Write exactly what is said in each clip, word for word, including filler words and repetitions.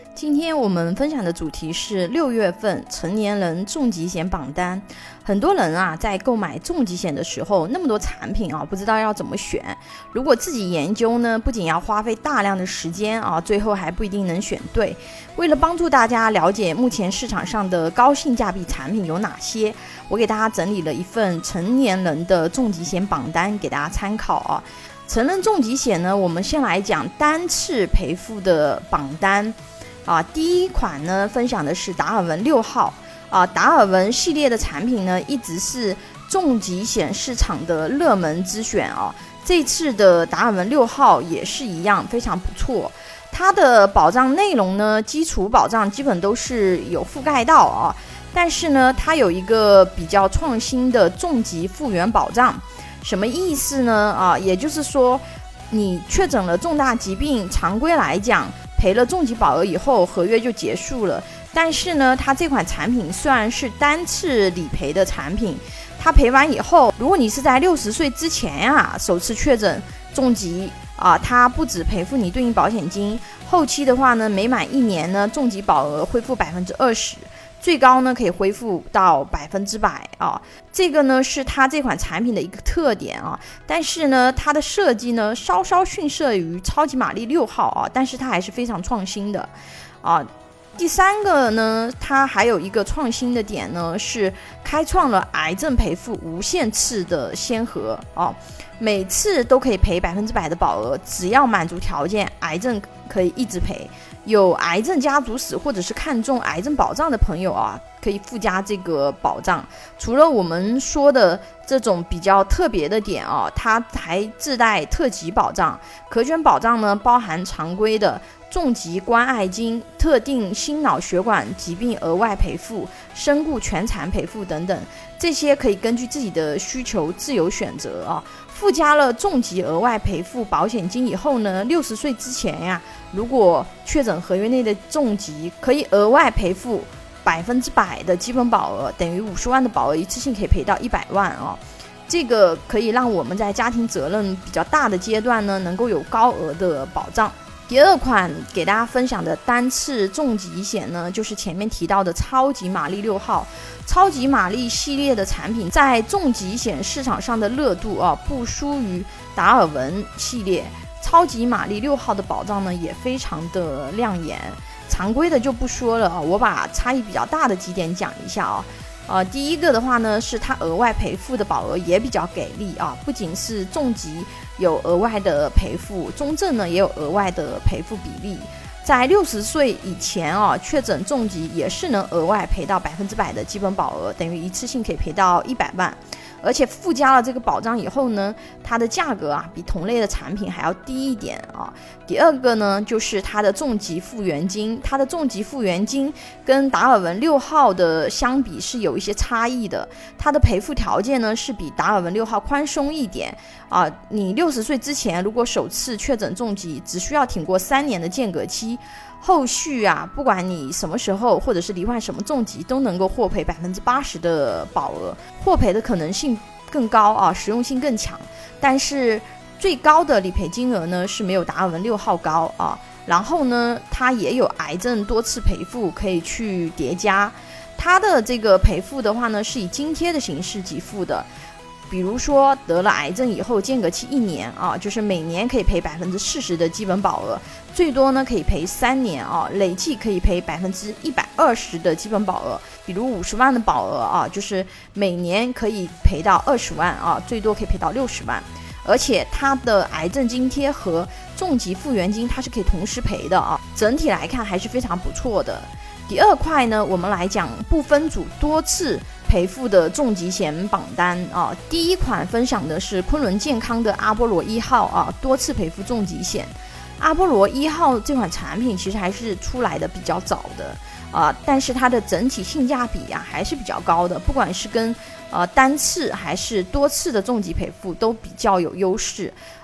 今天我们分享的主题是六月份成年人重疾险榜单。很多人啊，在购买重疾险的时候，那么多产品啊，不知道要怎么选。如果自己研究呢，不仅要花费大量的时间啊，最后还不一定能选对。为了帮助大家了解目前市场上的高性价比产品有哪些，我给大家整理了一份成年人的重疾险榜单给大家参考啊。成人重疾险呢，我们先来讲单次赔付的榜单。啊，第一款呢，分享的是达尔文六号啊，达尔文系列的产品呢，一直是重疾险市场的热门之选啊。这次的达尔文六号也是一样，非常不错。它的保障内容呢，基础保障基本都是有覆盖到啊，但是呢，它有一个比较创新的重疾复原保障。什么意思呢？啊，也就是说，你确诊了重大疾病，常规来讲，赔了重疾保额以后，合约就结束了。但是呢，它这款产品虽然是单次理赔的产品，它赔完以后，如果你是在六十岁之前啊，首次确诊重疾啊，它不只赔付你对应保险金，后期的话呢，每满一年呢，重疾保额恢复百分之二十。最高呢可以恢复到百分之百啊，这个呢是它这款产品的一个特点啊。但是呢，它的设计呢稍稍逊色于超级玛丽六号啊，但是它还是非常创新的啊。第三个呢，它还有一个创新的点呢，是开创了癌症赔付无限次的先河啊，每次都可以赔百分之百的保额，只要满足条件，癌症可以一直赔。有癌症家族史或者是看重癌症保障的朋友啊，可以附加这个保障。除了我们说的这种比较特别的点啊，它还自带特级保障。可选保障呢，包含常规的重疾关爱金、特定心脑血管疾病额外赔付、身故全残赔付等等，这些可以根据自己的需求自由选择啊。附加了重疾额外赔付保险金以后呢，六十岁之前呀，如果确诊合约内的重疾，可以额外赔付百分之百的基本保额，等于五十万的保额，一次性可以赔到一百万啊。这个可以让我们在家庭责任比较大的阶段呢，能够有高额的保障。第二款给大家分享的单次重疾险呢，就是前面提到的超级玛丽六号。超级玛丽系列的产品在重疾险市场上的热度啊，不输于达尔文系列。超级玛丽六号的保障呢，也非常的亮眼。常规的就不说了啊，我把差异比较大的几点讲一下啊。呃，第一个的话呢，是它额外赔付的保额也比较给力啊，不仅是重疾有额外的赔付，中症呢也有额外的赔付比例。在六十岁以前啊，确诊重疾也是能额外赔到百分之百的基本保额，等于一次性可以赔到一百万。而且附加了这个保障以后呢，它的价格啊比同类的产品还要低一点啊。第二个呢，就是它的重疾复原金，它的重疾复原金跟达尔文六号的相比是有一些差异的。它的赔付条件呢是比达尔文六号宽松一点啊。你六十岁之前如果首次确诊重疾，只需要挺过三年的间隔期。后续啊，不管你什么时候或者是罹患什么重疾，都能够获赔百分之八十的保额，获赔的可能性更高啊，实用性更强。但是最高的理赔金额呢是没有达尔文六号高啊。然后呢，它也有癌症多次赔付可以去叠加。它的这个赔付的话呢，是以津贴的形式给付的。比如说得了癌症以后，间隔期一年啊，就是每年可以赔百分之四十的基本保额，最多呢可以赔三年啊，累计可以赔百分之一百二十的基本保额。比如五十万的保额啊，就是每年可以赔到二十万啊，最多可以赔到六十万。而且它的癌症津贴和重疾复原金它是可以同时赔的啊，整体来看还是非常不错的。第二块呢，我们来讲不分组多次赔付的重疾险榜单啊。第一款分享的是昆仑健康的阿波罗一号啊，多次赔付重疾险。阿波罗一号这款产品其实还是出来的比较早的啊，但是它的整体性价比啊还是比较高的，不管是跟呃单次还是多次的重疾赔付都比较有优势。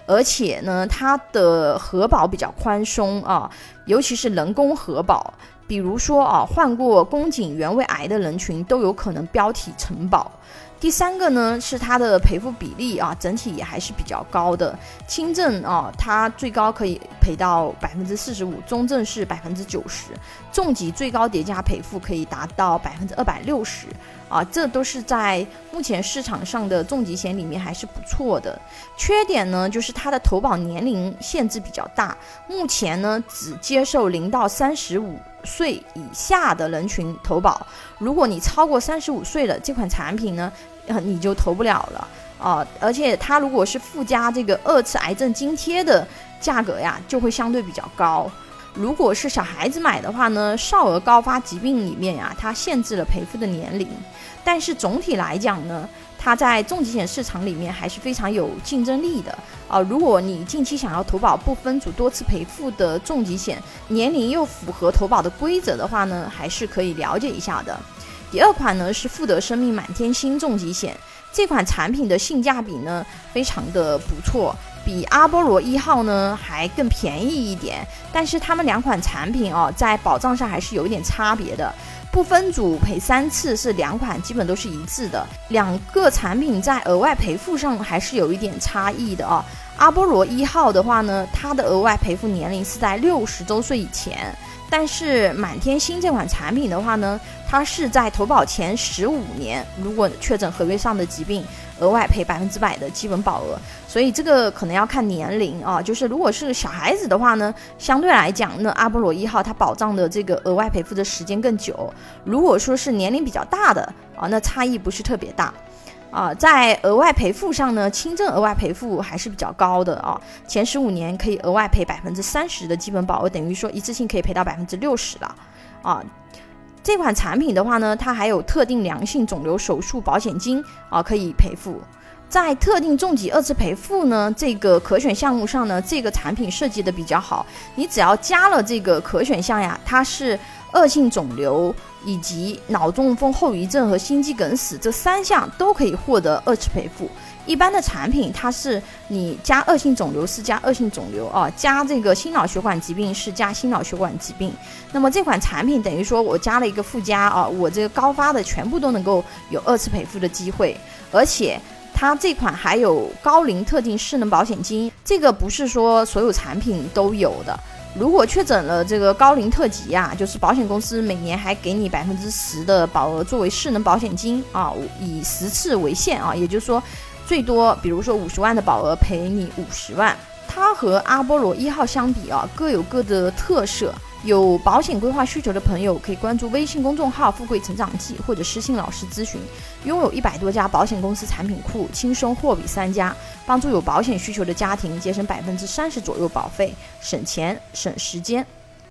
而且呢，它的核保比较宽松啊，尤其是人工核保，比如说啊，患过宫颈原位癌的人群都有可能标体承保。第三个呢是它的赔付比例啊，整体也还是比较高的。轻症啊，它最高可以赔到百分之四十五，中症是百分之九十，重疾最高叠加赔付可以达到百分之二百六十啊，这都是在目前市场上的重疾险里面还是不错的。缺点呢就是它的投保年龄限制比较大，目前呢只接受零到三十五岁以下的人群投保，如果你超过三十五岁了，这款产品呢你就投不了了啊！而且它如果是附加这个二次癌症津贴的价格呀，就会相对比较高。如果是小孩子买的话呢，少儿高发疾病里面呀，它限制了赔付的年龄，但是总体来讲呢，它在重疾险市场里面还是非常有竞争力的啊！如果你近期想要投保不分组多次赔付的重疾险，年龄又符合投保的规则的话呢，还是可以了解一下的。第二款呢是富德生命满天星重疾险，这款产品的性价比呢非常的不错，比阿波罗一号呢还更便宜一点，但是他们两款产品哦，在保障上还是有一点差别的。不分组赔三次是两款基本都是一致的，两个产品在额外赔付上还是有一点差异的啊。阿波罗一号的话呢，它的额外赔付年龄是在六十周岁以前，但是满天星这款产品的话呢，它是在投保前十五年，如果确诊合约上的疾病，额外赔百分之百的基本保额。所以这个可能要看年龄啊，就是如果是小孩子的话呢，相对来讲呢，阿波罗一号它保障的这个额外赔付的时间更久。如果说是年龄比较大的啊，那差异不是特别大。啊，在额外赔付上呢，轻症额外赔付还是比较高的啊，前十五年可以额外赔百分之三十的基本保额，等于说一次性可以赔到百分之六十了啊。这款产品的话呢，它还有特定良性肿瘤手术保险金啊可以赔付。在特定重疾二次赔付呢这个可选项目上呢，这个产品设计的比较好，你只要加了这个可选项呀，它是恶性肿瘤以及脑中风后遗症和心肌梗死这三项都可以获得二次赔付。一般的产品它是你加恶性肿瘤是加恶性肿瘤啊，加这个心脑血管疾病是加心脑血管疾病。那么这款产品等于说我加了一个附加啊，我这个高发的全部都能够有二次赔付的机会，而且它这款还有高龄特定失能保险金，这个不是说所有产品都有的。如果确诊了这个高龄特疾啊，就是保险公司每年还给你百分之十的保额作为失能保险金啊，以十次为限啊，也就是说最多比如说五十万的保额赔你五十万。它和阿波罗一号相比啊，各有各的特色。有保险规划需求的朋友可以关注微信公众号富贵成长记或者私信老师咨询，拥有一百多家保险公司产品库，轻松货比三家，帮助有保险需求的家庭节省百分之三十左右保费，省钱省时间。